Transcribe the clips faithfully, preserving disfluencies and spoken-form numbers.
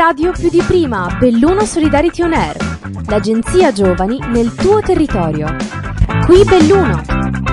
radio più di prima, Belluno Solidarity On Air, l'agenzia giovani nel tuo territorio. Qui Belluno.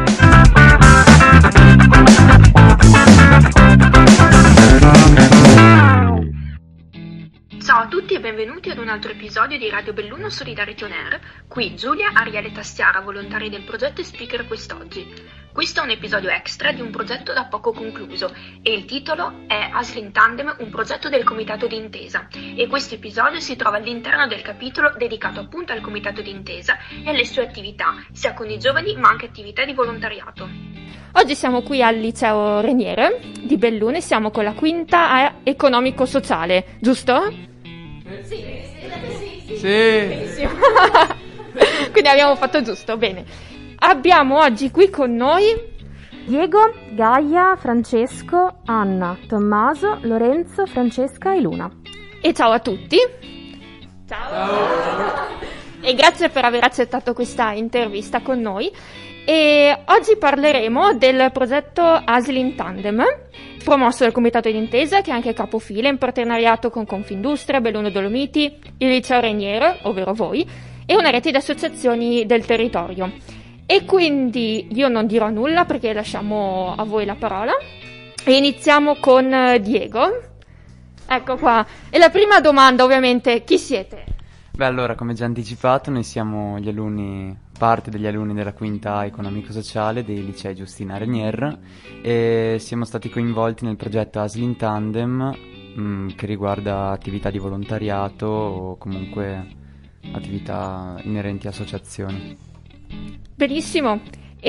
Ciao a tutti e benvenuti ad un altro episodio di Radio Belluno Solidarity On Air. Qui Giulia, Ariele Tastiara, volontari del progetto e speaker quest'oggi. Questo è un episodio extra di un progetto da poco concluso e il titolo è A S L in Tandem, un progetto del Comitato d'Intesa, e questo episodio si trova all'interno del capitolo dedicato appunto al Comitato d'Intesa e alle sue attività, sia con i giovani ma anche attività di volontariato. Oggi siamo qui al liceo Reniere di Belluno e siamo con la quinta a economico-sociale, giusto? Sì, sì, sì. sì. Quindi abbiamo fatto giusto, bene. Abbiamo oggi qui con noi Diego, Gaia, Francesco, Anna, Tommaso, Lorenzo, Francesca e Luna. E ciao a tutti. Ciao. Ciao. E grazie per aver accettato questa intervista con noi. E oggi parleremo del progetto A S L in Tandem, promosso dal Comitato d'Intesa, che è anche capofila in partenariato con Confindustria, Belluno Dolomiti, il liceo Reniere, ovvero voi, e una rete di associazioni del territorio. E quindi io non dirò nulla perché lasciamo a voi la parola e iniziamo con Diego. Ecco qua. E la prima domanda, ovviamente, chi siete? Beh, allora, come già anticipato, noi siamo gli alunni, parte degli alunni della quinta economico-sociale dei licei Giustina Renier, e siamo stati coinvolti nel progetto A S L in Tandem, mh, che riguarda attività di volontariato o comunque attività inerenti a associazioni. Benissimo,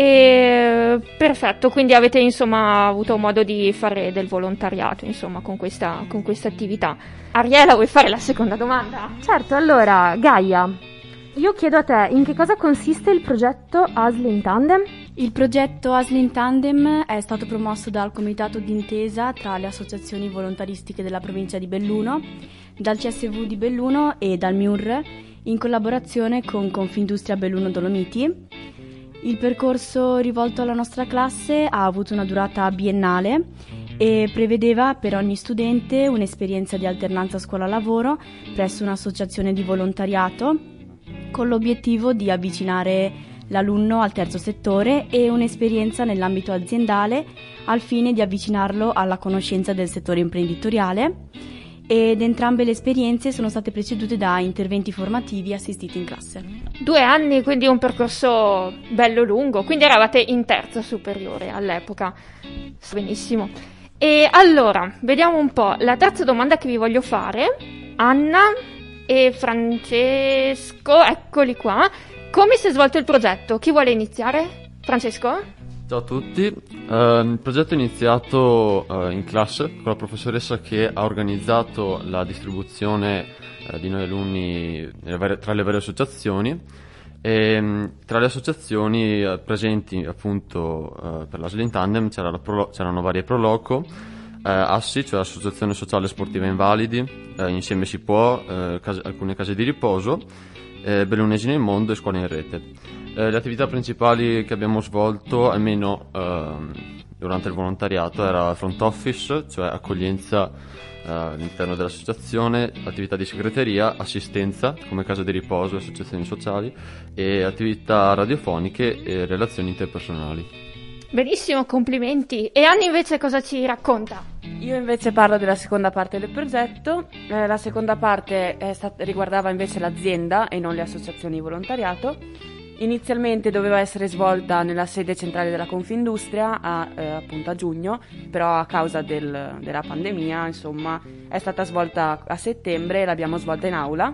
e perfetto, quindi avete insomma avuto modo di fare del volontariato insomma con questa, con questa attività. Ariela, vuoi fare la seconda domanda? Certo, allora Gaia, io chiedo a te, in che cosa consiste il progetto A S L in Tandem? Il progetto A S L in Tandem è stato promosso dal Comitato d'Intesa tra le associazioni volontaristiche della provincia di Belluno, dal C S V di Belluno e dal M I U R, in collaborazione con Confindustria Belluno Dolomiti. Il percorso rivolto alla nostra classe ha avuto una durata biennale e prevedeva per ogni studente un'esperienza di alternanza scuola-lavoro presso un'associazione di volontariato, con l'obiettivo di avvicinare l'alunno al terzo settore, e un'esperienza nell'ambito aziendale al fine di avvicinarlo alla conoscenza del settore imprenditoriale, ed entrambe le esperienze sono state precedute da interventi formativi assistiti in classe. Due anni, quindi un percorso bello lungo, quindi eravate in terza superiore all'epoca. Benissimo. E allora, vediamo un po', la terza domanda che vi voglio fare, Anna e Francesco, eccoli qua, come si è svolto il progetto? Chi vuole iniziare? Francesco? Ciao a tutti, uh, il progetto è iniziato uh, in classe con la professoressa che ha organizzato la distribuzione uh, di noi alunni varie, tra le varie associazioni, e um, tra le associazioni uh, presenti appunto uh, per l'A S L in Tandem c'era la Pro, c'erano varie Proloco, uh, ASSI, cioè Associazione Sociale Sportiva Invalidi, uh, Insieme Si Può, uh, case, alcune case di riposo, uh, Bellunesi nel Mondo e Scuole in Rete. Eh, le attività principali che abbiamo svolto, almeno ehm, durante il volontariato, era front office, cioè accoglienza eh, all'interno dell'associazione, attività di segreteria, assistenza come casa di riposo e associazioni sociali, e attività radiofoniche e relazioni interpersonali. Benissimo, complimenti. E Anni invece cosa ci racconta? Io invece parlo della seconda parte del progetto. Eh, la seconda parte è stat- riguardava invece l'azienda e non le associazioni di volontariato. Inizialmente doveva essere svolta nella sede centrale della Confindustria a, eh, appunto a giugno, però a causa del, della pandemia, insomma, è stata svolta a settembre e l'abbiamo svolta in aula.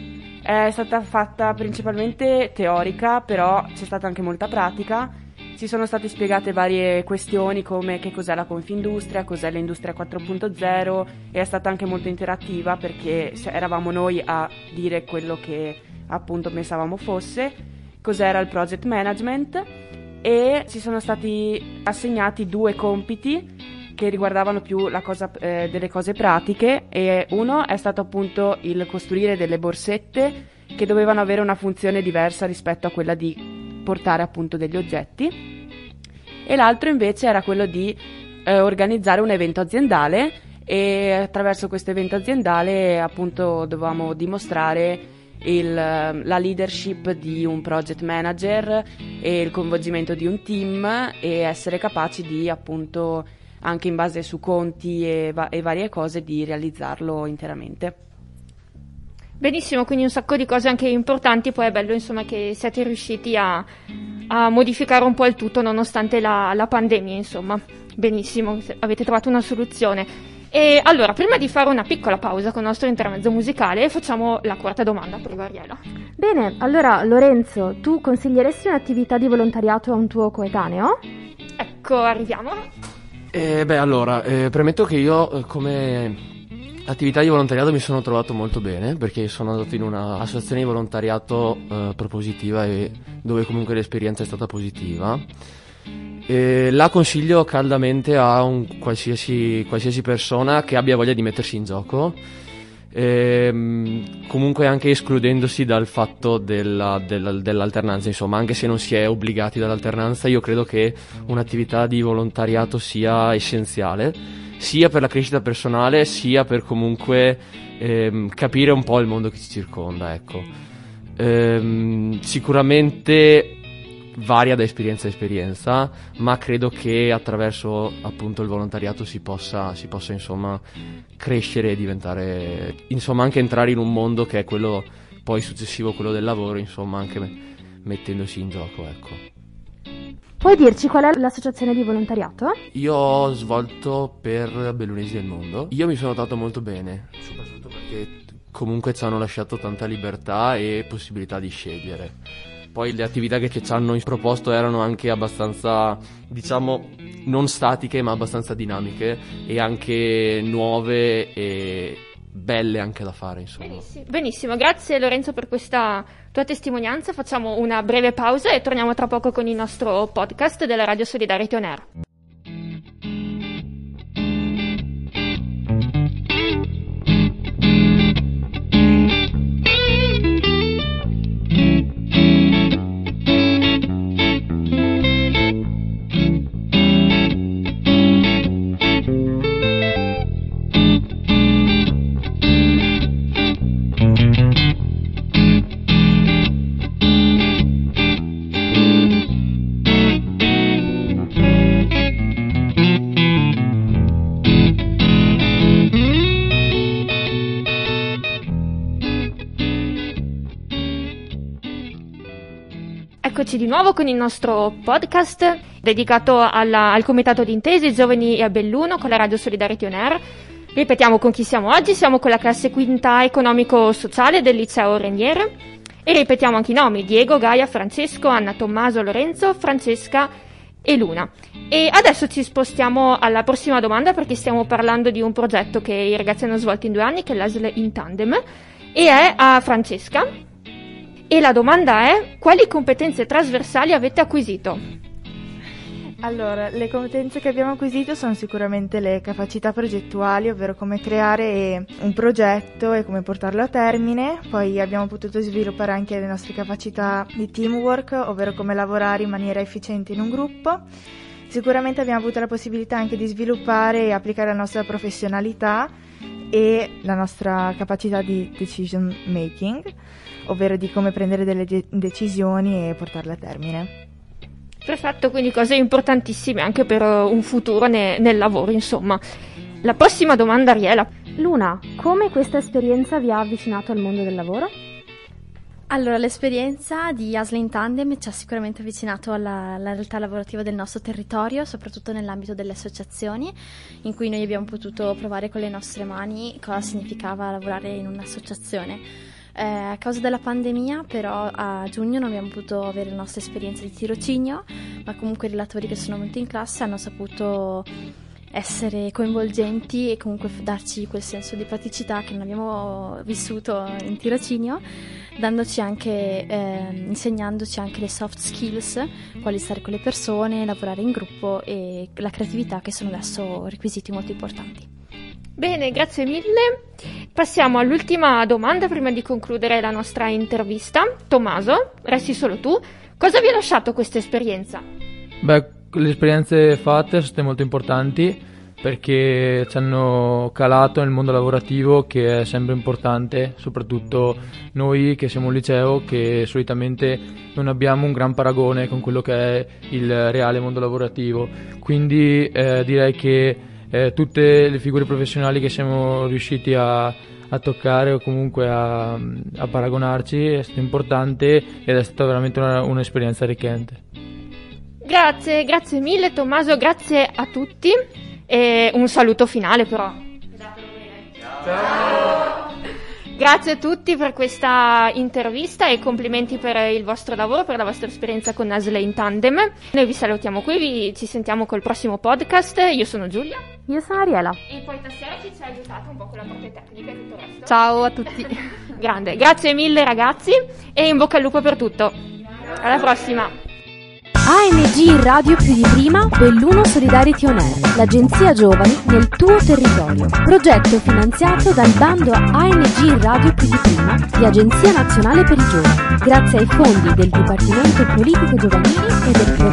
È stata fatta principalmente teorica, però c'è stata anche molta pratica. Ci sono state spiegate varie questioni come che cos'è la Confindustria, cos'è l'industria quattro punto zero, e è stata anche molto interattiva perché eravamo noi a dire quello che appunto pensavamo fosse, cos'era il project management, e ci sono stati assegnati due compiti che riguardavano più la cosa, eh, delle cose pratiche, e uno è stato appunto il costruire delle borsette che dovevano avere una funzione diversa rispetto a quella di portare appunto degli oggetti, e l'altro invece era quello di eh, organizzare un evento aziendale e attraverso questo evento aziendale appunto dovevamo dimostrare il, la leadership di un project manager e il coinvolgimento di un team e essere capaci di appunto anche in base su conti e, va- e varie cose di realizzarlo interamente. Benissimo, quindi un sacco di cose anche importanti, poi è bello insomma che siete riusciti a, a modificare un po' il tutto nonostante la, la pandemia, insomma. Benissimo, avete trovato una soluzione. E allora, prima di fare una piccola pausa con il nostro intermezzo musicale, facciamo la quarta domanda, prego Ariela. Bene, allora Lorenzo, tu consiglieresti un'attività di volontariato a un tuo coetaneo? Ecco, arriviamo. Eh, beh, allora, eh, premetto che io eh, come attività di volontariato mi sono trovato molto bene, perché sono andato in una associazione di volontariato eh, propositiva e dove comunque l'esperienza è stata positiva. E la consiglio caldamente a un qualsiasi, qualsiasi persona che abbia voglia di mettersi in gioco, e, comunque anche escludendosi dal fatto della, della, dell'alternanza, insomma, anche se non si è obbligati dall'alternanza, io credo che un'attività di volontariato sia essenziale, sia per la crescita personale, sia per comunque ehm, capire un po' il mondo che ci circonda, ecco. Ehm, sicuramente varia da esperienza a esperienza, ma credo che attraverso appunto il volontariato si possa, si possa insomma crescere e diventare, insomma anche entrare in un mondo che è quello poi successivo, quello del lavoro, insomma anche me- mettendosi in gioco, ecco. Puoi dirci qual è l'associazione di volontariato? Io ho svolto per Bellunesi del Mondo. Io mi sono trovato molto bene, soprattutto perché comunque ci hanno lasciato tanta libertà e possibilità di scegliere. Poi le attività che ci hanno proposto erano anche abbastanza, diciamo, non statiche ma abbastanza dinamiche e anche nuove e belle anche da fare, insomma. Benissimo, benissimo, grazie Lorenzo per questa tua testimonianza. Facciamo una breve pausa e torniamo tra poco con il nostro podcast della Radio Solidarity On Air. Eccoci di nuovo con il nostro podcast dedicato alla, al Comitato d'Intesa Giovani a Belluno con la Radio Solidarity On Air. Ripetiamo con chi siamo oggi, siamo con la classe quinta economico-sociale del liceo Reniere e ripetiamo anche i nomi: Diego, Gaia, Francesco, Anna, Tommaso, Lorenzo, Francesca e Luna. E adesso ci spostiamo alla prossima domanda, perché stiamo parlando di un progetto che i ragazzi hanno svolto in due anni, che è l'A S L in Tandem, e è a Francesca. E la domanda è: quali competenze trasversali avete acquisito? Allora, le competenze che abbiamo acquisito sono sicuramente le capacità progettuali, ovvero come creare un progetto e come portarlo a termine. Poi abbiamo potuto sviluppare anche le nostre capacità di teamwork, ovvero come lavorare in maniera efficiente in un gruppo. Sicuramente abbiamo avuto la possibilità anche di sviluppare e applicare la nostra professionalità e la nostra capacità di decision making, ovvero di come prendere delle de- decisioni e portarle a termine. Perfetto, quindi cose importantissime anche per un futuro ne- nel lavoro, insomma. La prossima domanda, Ariela. Luna, come questa esperienza vi ha avvicinato al mondo del lavoro? Allora, l'esperienza di A S L in Tandem ci ha sicuramente avvicinato alla, alla realtà lavorativa del nostro territorio, soprattutto nell'ambito delle associazioni, in cui noi abbiamo potuto provare con le nostre mani cosa significava lavorare in un'associazione. Eh, a causa della pandemia, però, a giugno non abbiamo potuto avere la nostra esperienza di tirocinio, ma comunque i relatori che sono venuti in classe hanno saputo essere coinvolgenti e comunque darci quel senso di praticità che non abbiamo vissuto in tirocinio, dandoci anche, eh, insegnandoci anche le soft skills, quali stare con le persone, lavorare in gruppo e la creatività, che sono adesso requisiti molto importanti. Bene, grazie mille. Passiamo all'ultima domanda prima di concludere la nostra intervista. Tommaso, resti solo tu. Cosa vi ha lasciato questa esperienza? Beh, le esperienze fatte sono state molto importanti, perché ci hanno calato nel mondo lavorativo, che è sempre importante, soprattutto noi che siamo un liceo che solitamente non abbiamo un gran paragone con quello che è il reale mondo lavorativo. Quindi eh, direi che eh, tutte le figure professionali che siamo riusciti a, a toccare o comunque a, a paragonarci è stato importante ed è stata veramente una, un'esperienza arricchente. Grazie, grazie mille Tommaso, grazie a tutti e un saluto finale però. Ciao. Grazie a tutti per questa intervista e complimenti per il vostro lavoro, per la vostra esperienza con A S L in Tandem. Noi vi salutiamo qui, vi, ci sentiamo col prossimo podcast. Io sono Giulia. Io sono Ariela. E poi stasera ci ci ha aiutato un po' con la parte tecnica e tutto il resto. Ciao a tutti. Grande, grazie mille ragazzi e in bocca al lupo per tutto. Alla prossima. A N G Radio Più di Prima, Belluno Solidarity On Air, l'agenzia giovani nel tuo territorio. Progetto finanziato dal bando A N G Radio Più di Prima di Agenzia Nazionale per i Giovani, grazie ai fondi del Dipartimento Politiche Giovanili e del